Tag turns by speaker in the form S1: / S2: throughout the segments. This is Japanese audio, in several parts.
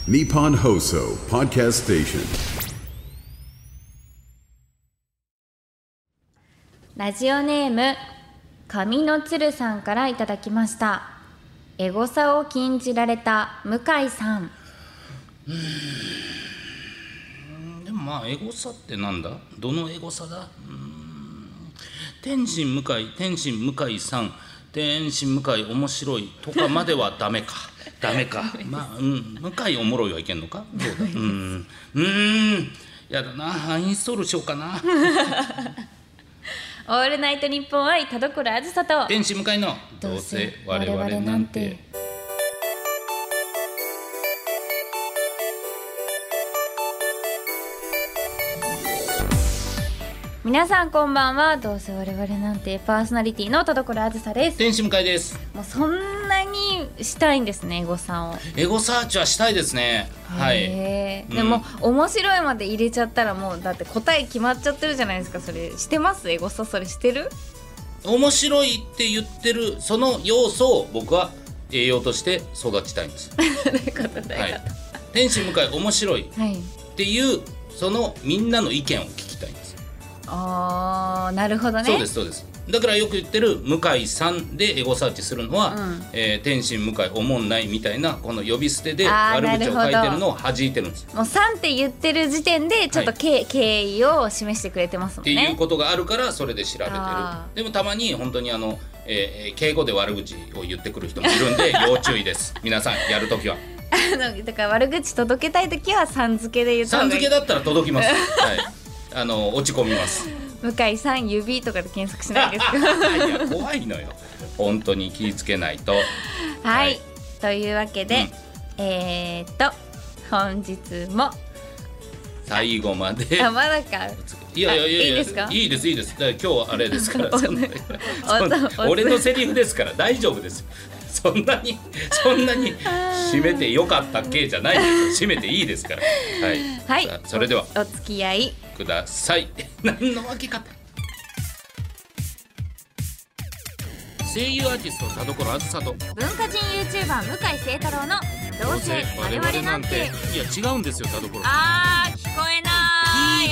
S1: Nippon Hoso Podcast Station。
S2: ラジオネーム上の鶴さんからいただきました。エゴサを禁じられた向井さん。
S3: でもまあエゴサってなんだ、どのエゴサだ。天心向井さん、天心向井面白いとかまではダメかまあ、向井おもろいはいけんのか、どうだ。やだな、アンインストールしようかな。
S2: オールナイトニッポン愛田所あずさと
S3: 天使向かいのどうせ我々なんて。
S2: 皆さんこんばんは。どうせ我々なんてパーソナリティの田所あずさです。
S3: 天使向かいです。
S2: もうそんなにしたいんですね、エゴさんを。
S3: エゴサーチはしたいですね。はい。
S2: でも、面白いまで入れちゃったらもうだって答え決まっちゃってるじゃないですか。それしてます？エゴサそれしてる？
S3: 面白いって言ってるその要素を僕は栄養として育ちたいんです。
S2: どういうことだよ。
S3: 天使向井面白いっていう、そのみんなの意見を聞きたいんです。
S2: あー、なるほどね。
S3: そうですそうです。だからよく言ってる向井さんでエゴサーチするのは、天心向井おもんないみたいなこの呼び捨てで悪口を書いてるのを弾いてるんです。
S2: もう3って言ってる時点でちょっと、敬意を示してくれてますもんね。
S3: っていうことがあるからそれで調べてる。でもたまに本当に敬語で悪口を言ってくる人もいるんで要注意です。皆さんやるときは
S2: だから悪口届けたいときはさん付けで言った方がいい。
S3: さん付けだったら届きます。はい、落ち込みます。
S2: 向井さん指とかで検索しないですか？
S3: いや怖いのよ、本当に気をつけないと。
S2: はい、というわけで、本日も
S3: 最後まで。
S2: まだか。
S3: いやいいですか？いいです。だから今日はあれですから俺のセリフですから大丈夫です。そんなに締めてよかったっけじゃないですよ。締めていいですから。はい、それでは
S2: お付き合い
S3: ください。何の分け方。声優アーティスト田所あずさと
S2: 文化人 YouTuber 向井聖太郎のどうせ我々なんて。
S3: いや違うんですよ田所。
S2: 聞こえない。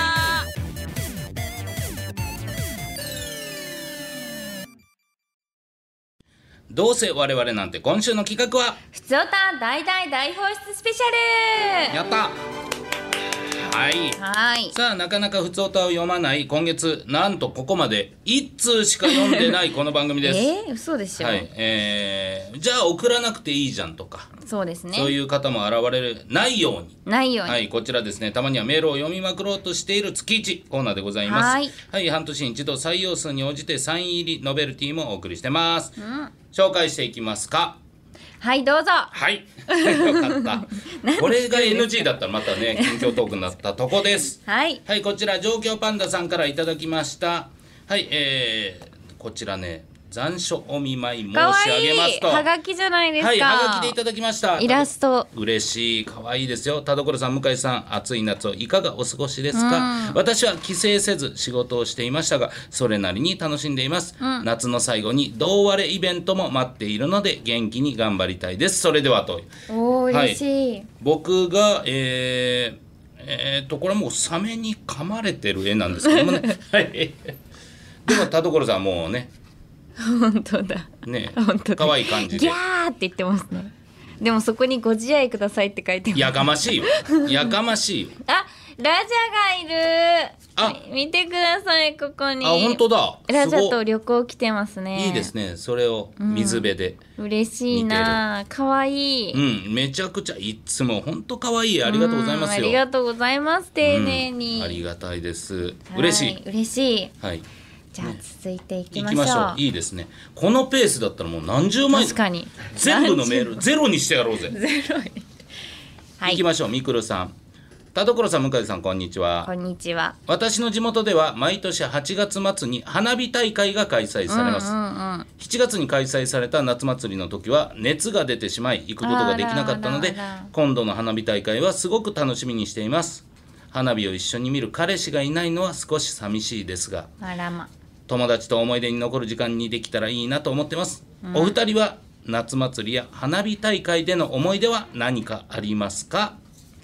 S3: どうせ我々なんて。今週の企画は
S2: ふつおた大放出スペシャル。
S3: やった。はい、さあなかなかふつおたを読まない今月、なんとここまで1通しか読んでないこの番組です。
S2: 嘘でしょ。
S3: はい、じゃあ送らなくていいじゃんとか、
S2: そうですね、
S3: そういう方も現れないように、はい、こちらですね、たまにはメールを読みまくろうとしている月1コーナーでございます。はい、半年に一度採用数に応じてサイン入りノベルティもお送りしてます。紹介していきますか。
S2: はい、どうぞ。
S3: はいよかったこれが NG だったらまたね近況トークになったとこです。はい、こちら状況パンダさんからいただきました。はい、こちらね、残暑お見舞い申し上げますと。
S2: はがきじゃないですか。
S3: はい、はがきでいただきました。
S2: イラスト
S3: 嬉しい、可愛いですよ。田所さん、向井さん、暑い夏をいかがお過ごしですか？私は帰省せず仕事をしていましたが、それなりに楽しんでいます。夏の最後に同割れイベントも待っているので元気に頑張りたいです。それではと。
S2: 嬉しい。
S3: 僕がこれはもうサメに噛まれてる絵なんですけどもねはい、でも田所さんもうね
S2: 本当だ
S3: ね、可愛い感じで
S2: ギャーって言ってますね。でもそこにご自愛くださいって書いてます。
S3: やかましいよやかましいよ。
S2: あ、ラジャがいる。見てください、ここに。
S3: 本当だ。
S2: ラジャと旅行来てますね。
S3: いいですね。それを水辺で、
S2: 嬉しいな。可愛い。
S3: めちゃくちゃいつも本当可愛い。ありがとうございますよ。
S2: ありがとうございます。丁寧に。
S3: ありがたいです。嬉しい。
S2: 嬉しい。
S3: はい。
S2: じゃあ続いていきましょう。
S3: いいですね。このペースだったらもう何十枚、
S2: 確かに
S3: 全部のメールゼロにしてやろうぜ。
S2: ゼロに。
S3: はい。いきましょう。みくるさん、田所さん、向井さん、こんにちは。
S2: こんにちは。
S3: 私の地元では毎年8月末に花火大会が開催されます。7月に開催された夏祭りの時は熱が出てしまい行くことができなかったので、今度の花火大会はすごく楽しみにしています。花火を一緒に見る彼氏がいないのは少し寂しいですが、友達と思い出に残る時間にできたらいいなと思ってます。お二人は夏祭りや花火大会での思い出は何かありますか？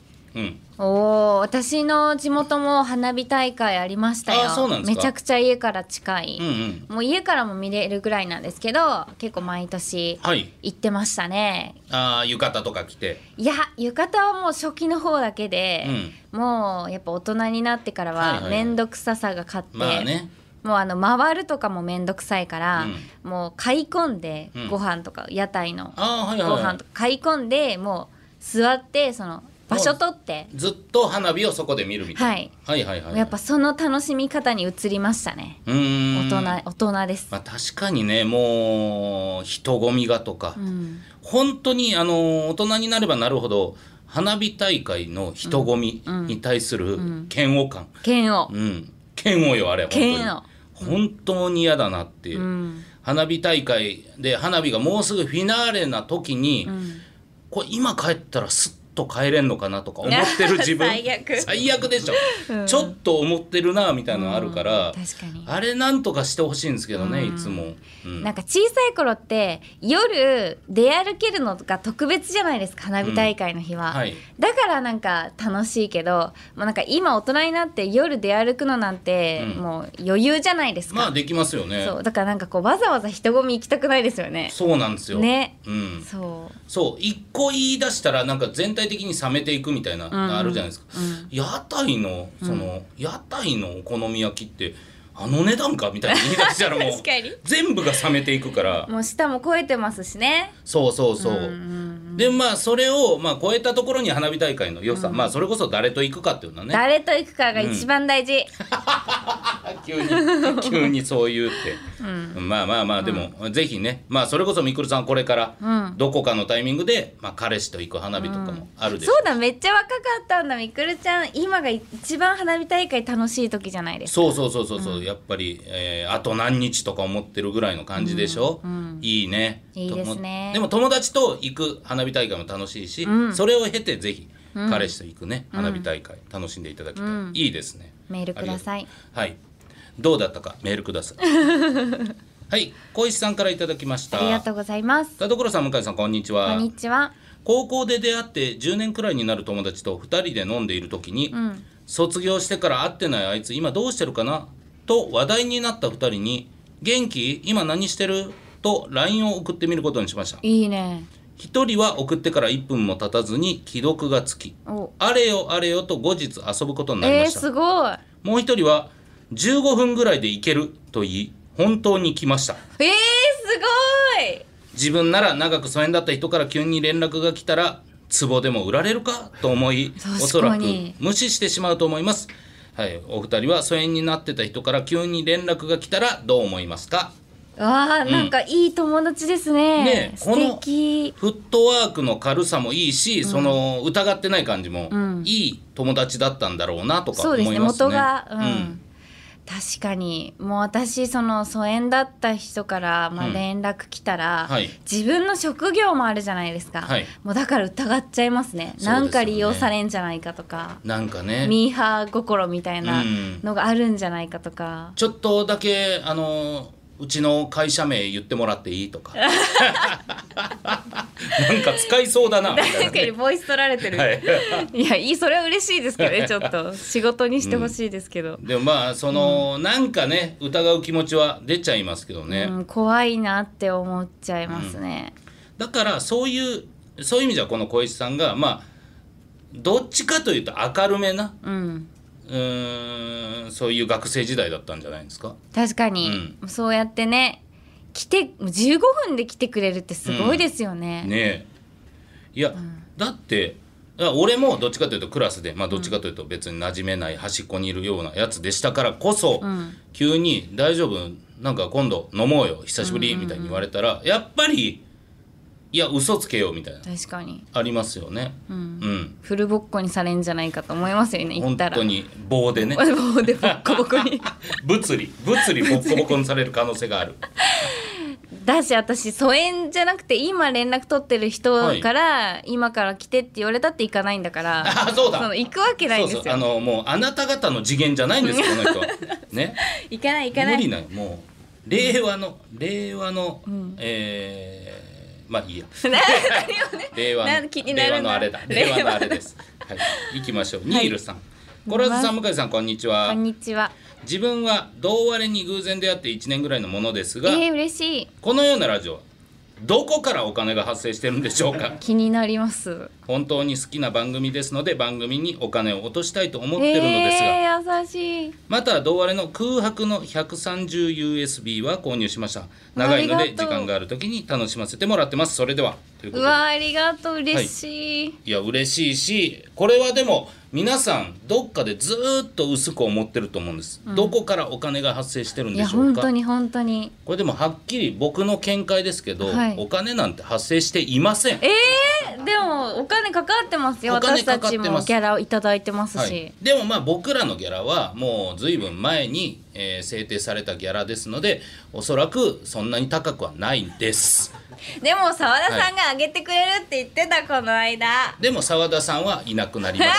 S2: 私の地元も花火大会ありましたよ。
S3: そうなんですか。
S2: めちゃくちゃ家から近い、もう家からも見れるぐらいなんですけど、結構毎年行ってましたね。
S3: 浴衣とか着て。
S2: いや浴衣はもう初期の方だけで、もうやっぱ大人になってからは面倒くささが勝って、もう回るとかも面倒くさいから、もう買い込んでご飯とか、屋台のご飯とか買い込んで、もう座ってその場所取って
S3: ずっと花火をそこで見るみたいな。
S2: やっぱその楽しみ方に移りましたね。大人です。
S3: 確かにね、もう人混みがとか、本当に大人になればなるほど花火大会の人混みに対する嫌悪感、嫌悪よあれ本当に嫌だなっていう、花火大会で花火がもうすぐフィナーレな時に、これ今帰ったらスッと帰れんのかなとか思ってる自分最悪でしょ、ちょっと思ってるなみたいなのあるから、
S2: 確かに
S3: あれなんとかしてほしいんですけどね、いつも、
S2: なんか小さい頃って夜出歩けるのが特別じゃないですか、花火大会の日は、だからなんか楽しいけど、もうなんか今大人になって夜出歩くのなんてもう余裕じゃないですか。
S3: できますよね。
S2: そうだからなんかこうわざわざ人混み行きたくないですよね。
S3: そうなんですよ
S2: ね、
S3: そう一個言い出したらなんか全体的に冷めていくみたいなのあるじゃないですか、屋台の屋台のお好み焼きって値段かみたいな言い出したらもう全部が冷めていくから、
S2: もう舌も超えてますしね。
S3: そう、でそれを超えたところに花火大会の良さ、それこそ誰と行くかっていうのはね、
S2: 誰と行くかが一番大事、
S3: 急にそう言うって、でも、ぜひね、それこそみくるさんこれから、どこかのタイミングで、彼氏と行く花火とかもあるでしょう、
S2: そうだ、めっちゃ若かったんだ。みくるちゃん今が一番花火大会楽しい時じゃないですか。
S3: そう、やっぱり、あと何日とか思ってるぐらいの感じでしょ、いいね。
S2: いいですね。
S3: でも友達と行く花火大会も楽しいし、それを経てぜひ彼氏と行くね、花火大会楽しんでいただきたい、いいですね。
S2: メールください。
S3: どうだったかメールください。小石さんからいただきました。
S2: ありがとうございます。
S3: 田所さん、向井さん、こんにちは。
S2: こんにちは。
S3: 高校で出会って10年くらいになる友達と2人で飲んでいる時に、卒業してから会ってないあいつ今どうしてるかなと話題になった2人に、元気今何してると LINE を送ってみることにしました。
S2: いいね。
S3: 1人は送ってから1分も経たずに既読がつき、あれよあれよと後日遊ぶことになりました。
S2: すごい。
S3: もう1人は15分ぐらいで行けると言い本当に来ました。
S2: すごい。
S3: 自分なら長く疎遠だった人から急に連絡が来たら壺でも売られるかと思い、おそらく無視してしまうと思います。お二人は疎遠になってた人から急に連絡が来たらどう思いますか？
S2: なんかいい友達ですね。素敵。
S3: フットワークの軽さもいいし、その疑ってない感じもいい友達だったんだろうなとか思いますね。
S2: 元が、確かに。もう私その疎遠だった人から連絡来たら、自分の職業もあるじゃないですか、もうだから疑っちゃいますね。なんか利用されんじゃないかとか、なんかね、ミーハー心みたいなのがあるんじゃないかとか、
S3: ちょっとだけうちの会社名言ってもらっていいとかなんか使いそうだなみたいな、
S2: 確かにボイス取られてる、いやそれは嬉しいですけどね、ちょっと仕事にしてほしいですけど、
S3: でもなんかね疑う気持ちは出ちゃいますけどね、
S2: 怖いなって思っちゃいますね、
S3: だからそういう意味じゃこの小石さんがどっちかというと明るめな、そういう学生時代だったんじゃないですか。
S2: 確かに、そうやってね来て15分で来てくれるってすごいですよね。
S3: いや、だって俺もどっちかというとクラスで、どっちかというと別に馴染めない端っこにいるようなやつでしたからこそ、急に大丈夫なんか今度飲もうよ久しぶりみたいに言われたら、やっぱりいや嘘つけよみたいな、確かにありますよね。
S2: フルボッコにされんじゃないかと思いますよね。言ったら
S3: 本当に棒でね
S2: 棒でボッコボコに
S3: 物理ボッコボコにされる可能性がある
S2: だし、私疎遠じゃなくて今連絡取ってる人から、今から来てって言われたって行かないんだから
S3: そうだ、
S2: 行くわけないんですよ。
S3: もうあなた方の次元じゃないんですよこの人ね
S2: 行かない
S3: 無理ない。もう令和の、 まあいいや
S2: 何をね
S3: 令和のあれだ。令和のあれです。はい、行きましょう。ニールさん、コラーズさん、向井さん、こんにちは。
S2: こんにちは。
S3: 自分は同割れに偶然出会って1年ぐらいのものですが、
S2: 嬉しい。
S3: このようなラジオはどこからお金が発生してるんでしょうか。
S2: 気になります。
S3: 本当に好きな番組ですので、番組にお金を落としたいと思ってるのですが、
S2: 優しい。
S3: また同割れの空白の 130USB は購入しました。長いので時間がある時に楽しませてもらってます。それではということで、
S2: うわありがとう、嬉しい、
S3: はい、いや嬉しいし、これはでも皆さんどっかでずっと薄く思ってると思うんです、どこからお金が発生してるんでしょうか。
S2: いや本当に本当に
S3: これでもはっきり僕の見解ですけど、はい、お金なんて発生していません。
S2: でもお金かかってますよ。私たちもギャラをいただいてますし、はい、
S3: でもまあ僕らのギャラはもう随分前に、制定されたギャラですので、おそらくそんなに高くはないんです。
S2: でも澤田さんが上げてくれるって言ってた、この間。
S3: でも澤田さんはいなくなりました。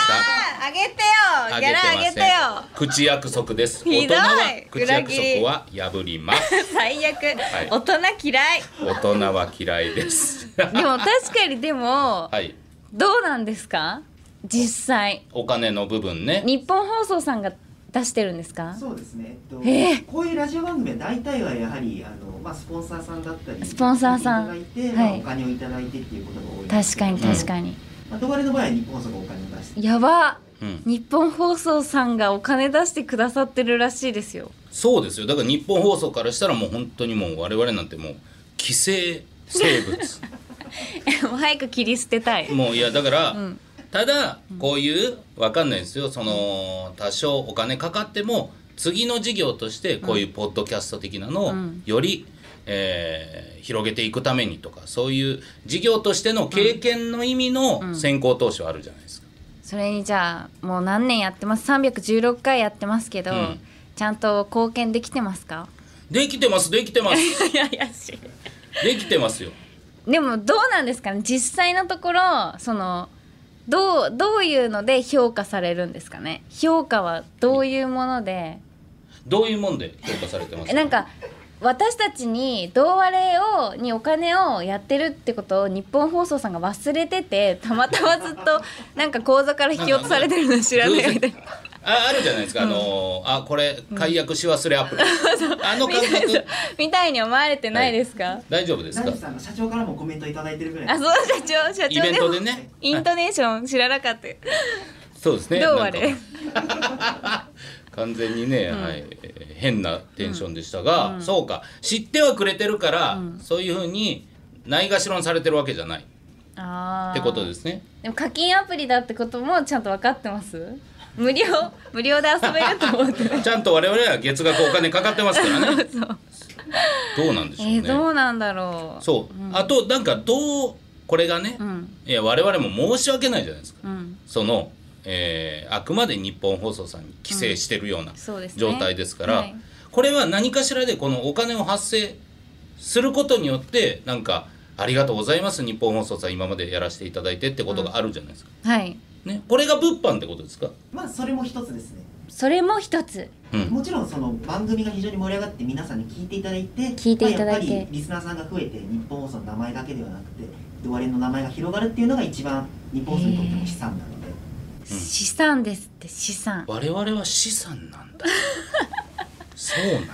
S2: 上げてよ、ギャラ上げてよ。
S3: 口約束です。
S2: ひどい。
S3: 大人は口約束は破ります。
S2: 最悪、はい、大人嫌い。
S3: 大人は嫌いです
S2: でも確かにでも、
S3: はい、
S2: どうなんですか実際。
S3: お金の部分ね。
S2: 日本放送さんが出してるんですか。
S4: そうですね、こういうラジオ番組は大体はやはりスポンサーさんだったり、
S2: スポンサーさんいただ
S4: いて、はい、お金をいただいてっていうことが多いんですけど、
S2: 確かに確かに、
S4: 同割れの場合は日本放送がお金を出して、
S2: やば、日本放送さんがお金出してくださってるらしいですよ。
S3: そうですよ。だから日本放送からしたらもう本当にもう我々なんてもう寄生生物
S2: もう早く切り捨てたい。
S3: もういやだから、ただこういうわかんないですよ、その多少お金かかっても次の事業としてこういうポッドキャスト的なのをより、広げていくためにとか、そういう事業としての経験の意味の先行投資はあるじゃないですか、
S2: それにじゃあもう何年やってます、316回やってますけど、ちゃんと貢献できてますか。
S3: できてますできてます
S2: いや怪しい
S3: できてますよ。
S2: でもどうなんですかね、実際のところ、そのどういうので評価されるんですかね。評価はどういうもので、
S3: どういうもんで評価されてますか。
S2: なんか私たちに同割れにお金をやってるってことを日本放送さんが忘れてて、たまたまずっとなんか口座から引き落とされてるの知らないみたいな
S3: あるじゃないですか、これ解約し忘れアプリ、あの感覚
S2: みたいに思われてないですか。
S3: 大丈夫ですか。
S4: 社長からもコメントいただいてるぐらい。
S2: あ、そう、社長
S3: イベントでね、
S2: イントネーション知らなかった。
S3: そうですね、
S2: どうあれ
S3: 完全にね、はい、変なテンションでしたが、そうか、知ってはくれてるから、そういう風にないがしろにされてるわけじゃないってことですね。
S2: でも課金アプリだってこともちゃんと分かってます。無料で遊べると思って
S3: ちゃんと我々は月額お金かかってますからねそうどうなんでしょうね。
S2: どうなんだろう。
S3: そう、あとなんかこれがね、いや我々も申し訳ないじゃないですか、そのあくまで日本放送さんに規制してるような状態ですから、これは何かしらでこのお金を発生することによってなんかありがとうございます日本放送さん今までやらせていただいてってことがあるじゃないですか、
S2: はい
S3: ね、これが物販ってことですか。
S4: まあそれも一つですね。
S2: それも一つ、
S4: もちろんその番組が非常に盛り上がって皆さんに聞いていただいて、やっぱりリスナーさんが増えて日本放送の名前だけではなくて同割れの名前が広がるっていうのが一番日本放送にとっても資産なので、
S2: 資産ですって。資産、
S3: 我々は資産なんだそうなんだ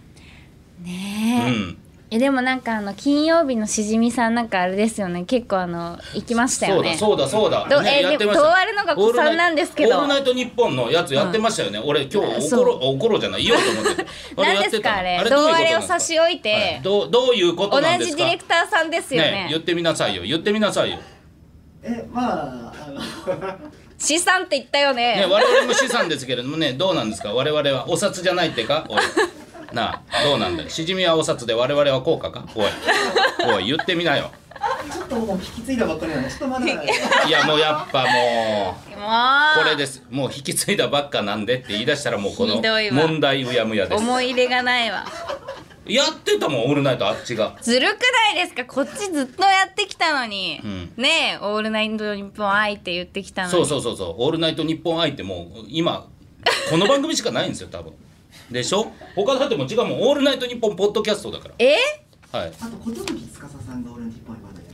S2: ねえ、でもなんか金曜日のしじみさんなんかあれですよね、結構行きましたよね。
S3: そうだ、ね、やってました。
S2: 同割れのが子さんなんですけど、
S3: オールナイトニッポンのやつやってましたよね、俺今日怒ろうじゃない言おうと思って
S2: 何ですかあれ同割れを差し置いて、
S3: どういうことなんですか。
S2: 同じディレクターさんですよね。
S3: 言ってみなさいよ
S4: まあ
S2: 資産って言ったよね。
S3: 我々も資産ですけれどもね、どうなんですか。我々はお札じゃないってか、おいなあどうなんだよ。しじみはお札で我々は効果か。おい言ってみなよ。
S4: ちょっともう引き継いだばっかりなんでちょっとまだい
S3: やもうやっぱもうこれです。もう引き継いだばっかなんでって言い出したらもうこの問題うやむやです。
S2: 思い入れがないわ。
S3: やってたもんオールナイトあっちが。
S2: ずるくないですか。こっちずっとやってきたのに、ねえオールナイトニッポン愛って言ってきたのに。
S3: そうオールナイトニッポン愛ってもう今この番組しかないんですよ多分でしょ。他だっても違うもん。オールナイトニッポンポッドキャストだから。
S2: はい。
S4: あと寿司司さんがオールナイトニッポン愛まで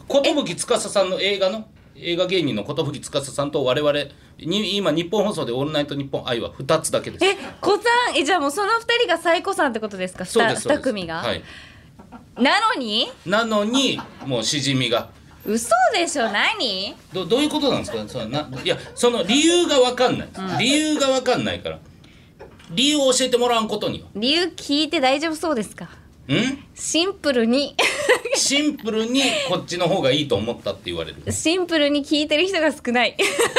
S3: 寿司さんの映画芸人の寿司さんと我々に今日本放送でオールナイトニッポン愛は2つだけです。
S2: 子さんじゃあもうその2人が最古さんってことですか。
S3: そうです
S2: 2組が、
S3: はい、
S2: なのに
S3: もうしじみが
S2: 嘘でしょ。何
S3: どういうことなんですか。いやその理由が分かんない、理由が分かんないから理由を教えてもらわんことには。
S2: 理由聞いて大丈夫そうですか。シンプルに
S3: こっちの方がいいと思ったって言われる。
S2: シンプルに聞いてる人が少ない。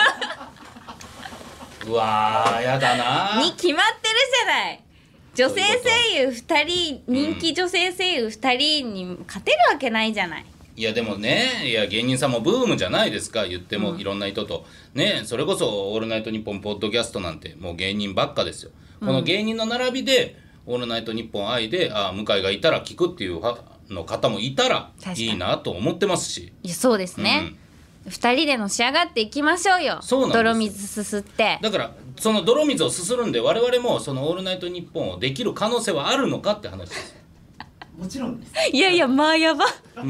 S3: うわーやだな
S2: に決まってるじゃない。女性声優2人人気女性声優2人に勝てるわけないじゃない。
S3: いやでもね、いや芸人さんもブームじゃないですか。言ってもいろんな人とね、それこそオールナイトニッポンポッドキャストなんてもう芸人ばっかですよ。この芸人の並びでオールナイトニッポン愛で向井がいたら聞くっていうの方もいたらいいなと思ってますし。
S2: いやそうですね、2人でのし上がっていきましょうよ。
S3: そうなんです。
S2: 泥水すすって。
S3: だからその泥水をすするんで我々もそのオールナイトニッポンをできる可能性はあるのかって話です。
S4: もちろんです。
S2: いやまあやば、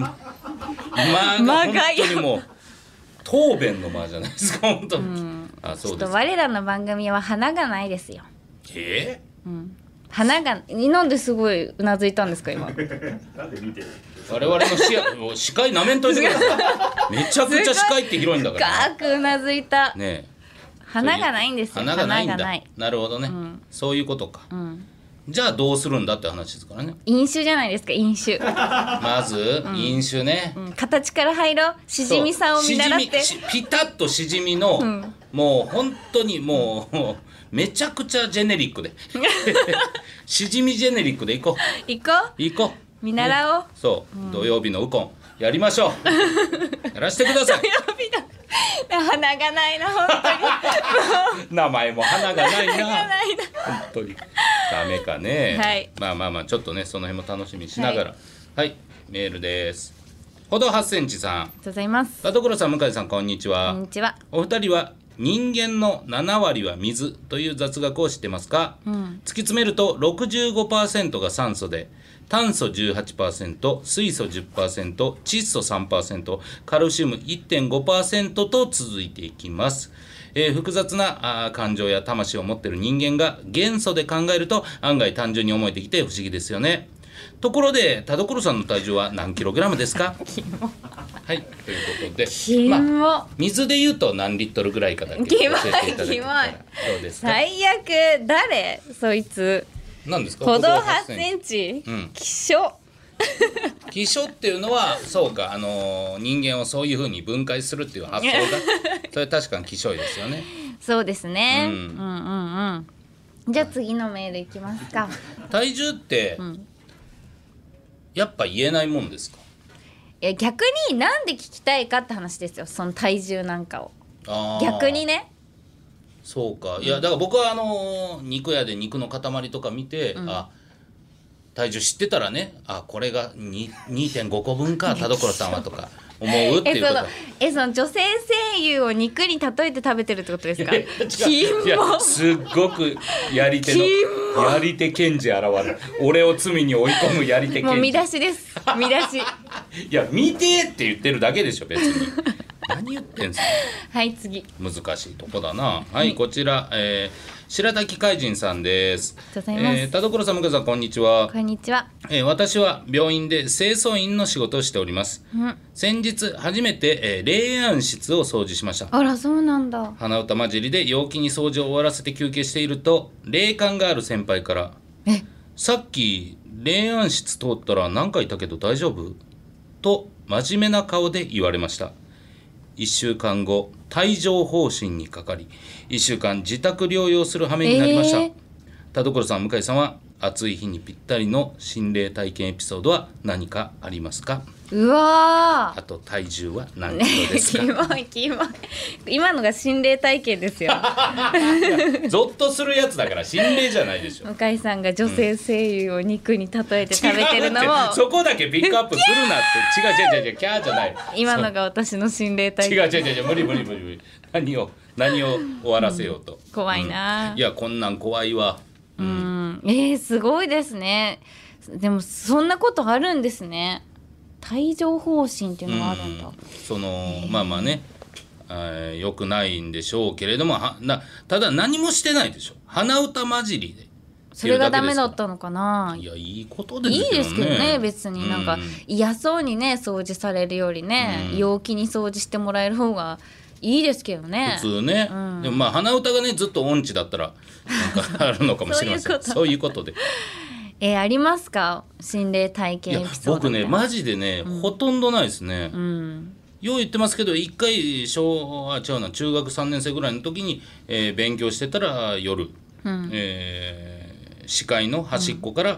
S3: まあ本当にもう答弁の間じゃないですか本当に。あ、そうです。
S2: ちょっと我らの番組は花がないですよ。花がなんですごいうなずいたんですか今。なんで
S3: 見てる。我々の視界なめんといてください。めちゃくちゃ視界って広いんだから、
S2: ね。深くうなずいた。
S3: ねえ。
S2: 花がないんですよ。
S3: 花がないんだ。なるほどね、そういうことか。じゃあどうするんだって話ですからね。
S2: 飲酒じゃないですか。飲酒。
S3: まず飲酒ね、
S2: 形から入ろう。しじみさんを見習って。
S3: ピタッとしじみの、もう本当にもうめちゃくちゃジェネリックでしじみジェネリックで行こう
S2: 見習おう、
S3: そう、土曜日のウコンやりましょうやらせてください。
S2: 土曜日の花がないな本当に
S3: 名前も花がないな本当にダメかね、
S2: はい、
S3: まあちょっとねその辺も楽しみにしながらはい、メールです。ほど8センチさん、ありがと
S2: うございます。
S3: 田所さん、向井さん、こんにちは。
S2: こんにちは。
S3: お二人は人間の7割は水という雑学を知ってますか。突き詰めると 65% が酸素で、炭素 18%、水素 10%、窒素 3%、カルシウム 1.5% と続いていきます。複雑な感情や魂を持っている人間が元素で考えると案外単純に思えてきて不思議ですよね。ところで田所さんの体重は何キログラムですか。はい、ということで、水で言うと何リットルぐらいかだけ教えていただけたらどうですか。
S2: 最悪。誰そいつ。
S3: 何ですか。
S2: 歩道8センチ、希少
S3: 希少っていうのはそうか、人間をそういう風に分解するっていう発想がそれ確かに希少いですよね。
S2: そうですね、じゃあ次のメールいきますか。
S3: 体重って、やっぱ言えないもんですか。
S2: いや逆になんで聞きたいかって話ですよ、その体重なんかを。逆にね。
S3: そうか。いやだから僕は肉屋で肉の塊とか見て、体重知ってたらね、これが 2.5 個分か田所さんはとか思うっていうこと。
S2: その女性声優を肉に例えて食べてるってことですか。い
S3: やすっごくやり手検事現れる。俺を罪に追い込むやり手検事。
S2: もう見出しです。見出し。
S3: いや見てって言ってるだけでしょ別に。何言ってんすか。
S2: はい次。
S3: 難しいとこだな。はい、こちら、白滝海人さんです。田所さん、向井さん、こんにちは。
S2: こんにちは。
S3: 私は病院で清掃員の仕事をしております。先日初めて、霊安室を掃除しました。
S2: あらそうなんだ。
S3: 鼻歌混じりで陽気に掃除を終わらせて休憩していると、霊感がある先輩からさっき霊安室通ったら何かいたけど大丈夫と真面目な顔で言われました。1週間後帯状疱疹にかかり1週間自宅療養する羽目になりました。田所さん、向井さんは暑い日にぴったりの心霊体験エピソードは何かありますか。
S2: うわ
S3: あと体重は何キロですか。
S2: キモい今のが心霊体験ですよ。
S3: ゾッとするやつだから心霊じゃないでしょ。
S2: 向井さんが女性声優を肉に例えて食べてるのも、
S3: そこだけピックアップするなって。違うキャーじゃない。
S2: 今のが私の心霊体験。
S3: 違う無理。何を終わらせようと、
S2: 怖いな、
S3: いやこんなん怖いわ。
S2: すごいですね。でもそんなことあるんですね。 帯状疱疹っていうのがあるんだ。
S3: まあまあね、良くないんでしょうけれども、ただ何もしてないでしょ。鼻歌混じりで。
S2: それがダメだったのかな。
S3: いや、いいことですよね。
S2: いいですけどね、別になんか嫌そうにね掃除されるよりね、陽気に掃除してもらえる方がいいですけどね、
S3: 普通ね。でもまあ鼻歌がねずっと音痴だったらなんかあるのかもしれません。そういうことで
S2: ありますか、心霊体験エピソード。
S3: 僕ねマジでね、ほとんどないですね。よう言ってますけど、一回中学3年生ぐらいの時に、勉強してたら夜、視界の端っこから、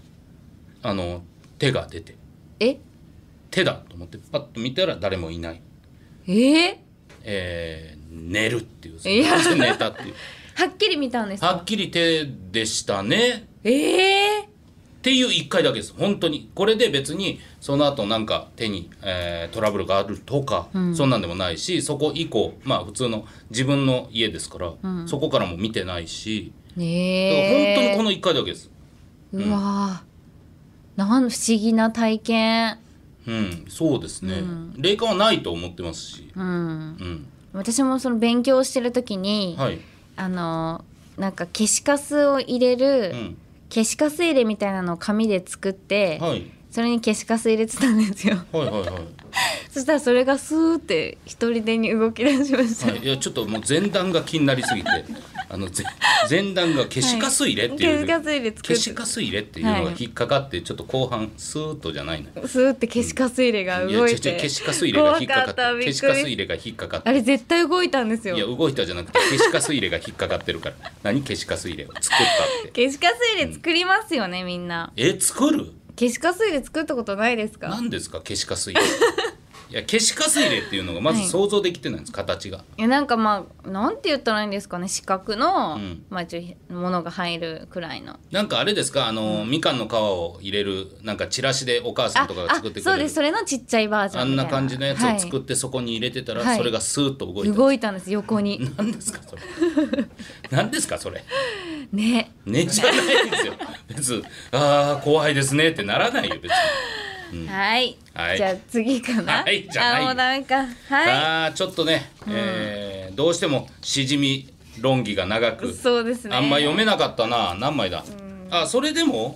S3: 手が出て、手だと思ってパッと見たら誰もいない。寝るっていう、寝たっていう
S2: はっきり見たんですか。
S3: はっきり手でしたね。っていう1回だけです。本当にこれで別にその後なんか手に、トラブルがあるとか、そんなんでもないし、そこ以降まあ普通の自分の家ですから、そこからも見てないし、だから本当にこの1回だけです。
S2: うわ不思議な体験。
S3: そうですね、霊感はないと思ってますし、
S2: 私もその勉強してる時に、なんか消しカスを入れる、消しカス入れみたいなのを紙で作って、それに消しカス入れてたんですよ。そしたらそれがスーって一人でに動き出しました。
S3: いやちょっともう前段が気になりすぎて前段が消しカス入れっていう、消しカス入れっていうのが引っかかって、ちょっと後半スーッとじゃないの、
S2: スーって消しカス入れが動いて、
S3: 消しカス入れが引っかかって、消しカス入れが引っかかって、
S2: あれ絶対動いたんですよ。
S3: いや動いたじゃなくて消しカス入れが引っかかってるから。何消しカス入れを作ったって。
S2: 消しカス入れ作りますよねみんな。
S3: 作る？
S2: 消しカス入れ作ったことないですか？
S3: 何ですか消しカス入れいや消しカス入れっていうのがまず想像できてないんです、形が。
S2: いやなんかまあなんて言ったらいいんですかね、四角の、ものが入るくらいの。
S3: なんかあれですか、みかんの皮を入れるなんかチラシでお母さんとかが作ってくれる。
S2: そうです、それのちっちゃいバージョン
S3: あんな感じのやつを作って、そこに入れてたら、それがスーッと
S2: 動いたんです横に。
S3: 何ですかそれ何ですかそれ
S2: ね
S3: じゃないですよ別に怖いですねってならないよ別に。
S2: はい、じゃあ次かな。
S3: じゃない。
S2: もうダメか。
S3: ちょっとね、どうしてもしじみ論議が長く、
S2: そうですね、
S3: あんま読めなかったな。何枚だ。それでも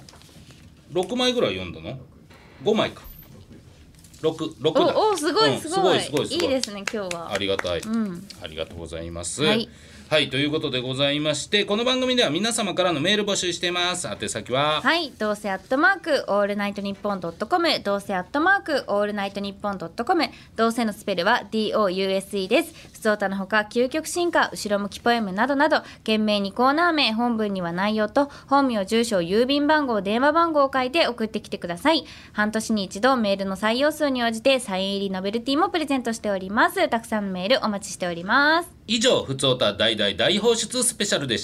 S3: 6枚ぐらい読んだの？5枚か。6だ。
S2: すごいすごい、いいですね今日は。あ
S3: りがたい、ありがとうございます。はい、ということでございまして、この番組では皆様からのメール募集しています。宛先は
S2: どうせ@オールナイトニッポン.com、どうせ@オールナイトニッポン.com、どうせのスペルは DOUSE です。ふつおたのほか究極進化、後ろ向きポエムなどなど、懸命にコーナー名、本文には内容と本名、住所、郵便番号、電話番号を書いて送ってきてください。半年に一度メールの採用数に応じてサイン入りノベルティもプレゼントしております。たくさんのメールお待ちしております。
S3: 以上、ふつおた大放出スペシャルでした。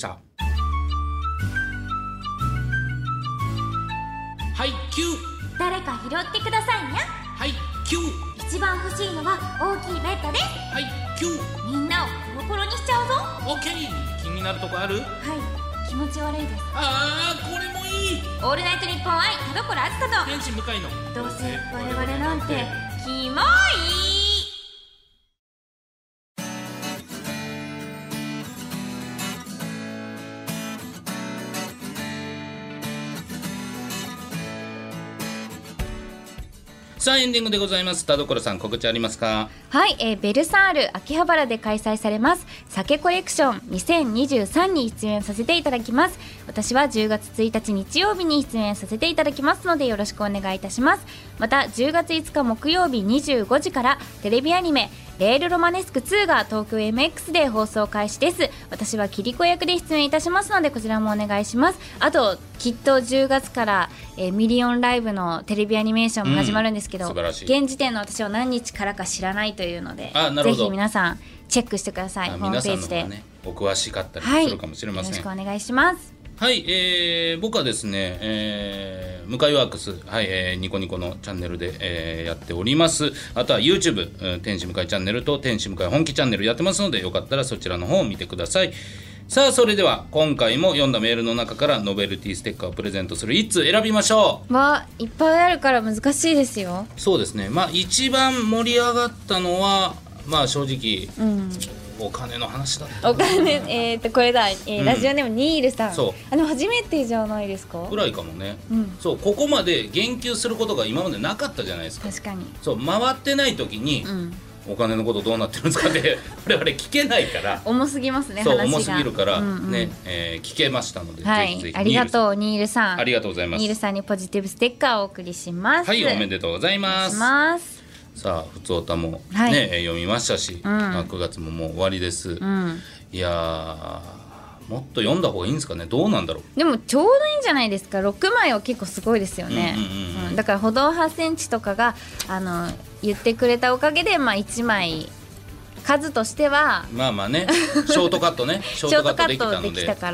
S3: はいキュー、
S5: 誰か拾ってくださいにゃ。
S3: はいキュー、
S5: 一番欲しいのは大きいベッドです。
S3: はいキュー、
S5: みんなをコロコロにしちゃうぞ。
S3: オッケー。気になるとこある？
S5: はい、気持ち悪いです。
S3: これもいい。
S5: オールナイトニッポン愛、田所あずさと
S3: 天使向かいの
S5: どうせ我々なんてキモい。
S3: さあエンディングでございます。田所さん告知ありますか？
S2: はい、ベルサール秋葉原で開催されます酒コレクション2023に出演させていただきます。私は10月1日日曜日に出演させていただきますのでよろしくお願いいたします。また10月5日木曜日25時からテレビアニメレールロマネスク2が東京 MX で放送開始です。私はキリコ役で出演いたしますのでこちらもお願いします。あときっと10月から、ミリオンライブのテレビアニメーションも始まるんですけど、現時点の私は何日からか知らないというのでぜひ皆さんチェックしてください。ホームページで、
S3: お詳しかったりするかもしれません、
S2: よろしくお願いします。
S3: はい、僕はですね、向井ワークス、ニコニコのチャンネルで、やっております。あとは YouTube、天使向井チャンネルと天使向井本気チャンネルやってますのでよかったらそちらの方を見てください。 さあそれでは今回も読んだメールの中からノベルティステッカーをプレゼントする1通選びましょう。
S2: いっぱいあるから難しいですよ。
S3: そうですね。一番盛り上がったのは正直、お金の話だった。
S2: お金これだ、ラジオネームニールさん。そう初めてじゃないですか
S3: ぐらいかもね、そうここまで言及することが今までなかったじゃないですか。
S2: 確かに。
S3: そう回ってない時に、お金のことどうなってるんですかって我々聞けないから
S2: 重すぎますね。
S3: そう重すぎるからね、聞けましたので、ぜひぜひ
S2: ありがとうニールさん。
S3: ありがとうございます。
S2: ニールさんにポジティブステッカーをお送りします。
S3: はい、おめでとうございます。さあふつおたもね、読みましたし、9月ももう終わりです。いやもっと読んだ方がいいんですかね。どうなんだろう。
S2: でもちょうどいいんじゃないですか。6枚は結構すごいですよね。だから歩道8センチとかが言ってくれたおかげで、1枚数としては
S3: ねショートカットね
S2: ショートカットできたから、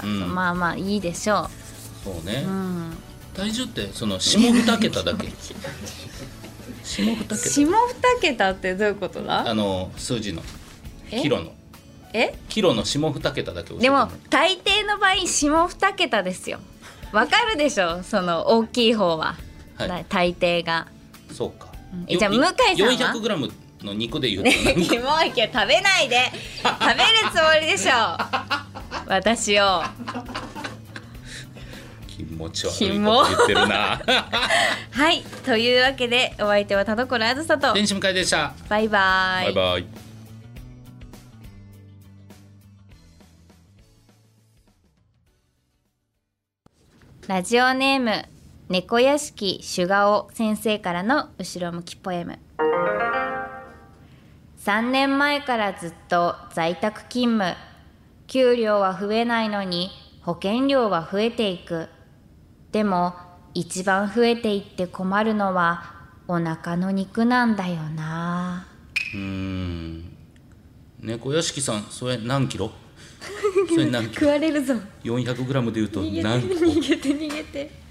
S2: いいでしょう。
S3: そうね、体重ってその下2桁だけ下
S2: 2桁ってどういうことだ。
S3: 数字のキロの下2桁だけ教えて。
S2: でも大抵の場合下2桁ですよ。わかるでしょ、その大きい方は、大抵が。
S3: そうか。
S2: じゃあ向井さんは
S3: 400g の肉で言うと
S2: キモいけど食べないで食べるつもりでしょ私を。
S3: 気持ち悪いこと言ってるな
S2: はい、というわけでお相手は田所あずさと
S3: 天使向井でした。
S2: バイバイ。
S3: バイバイ。
S2: ラジオネーム猫屋敷シュガオ先生からの後ろ向きポエム。3年前からずっと在宅勤務。給料は増えないのに保険料は増えていく。でも一番増えていって困るのはお腹の肉なんだよな。
S3: 猫屋敷さん、それ何キロ？それ何キロ？
S2: 食われるぞ。
S3: 400g で言うと何キロ？
S2: 逃げて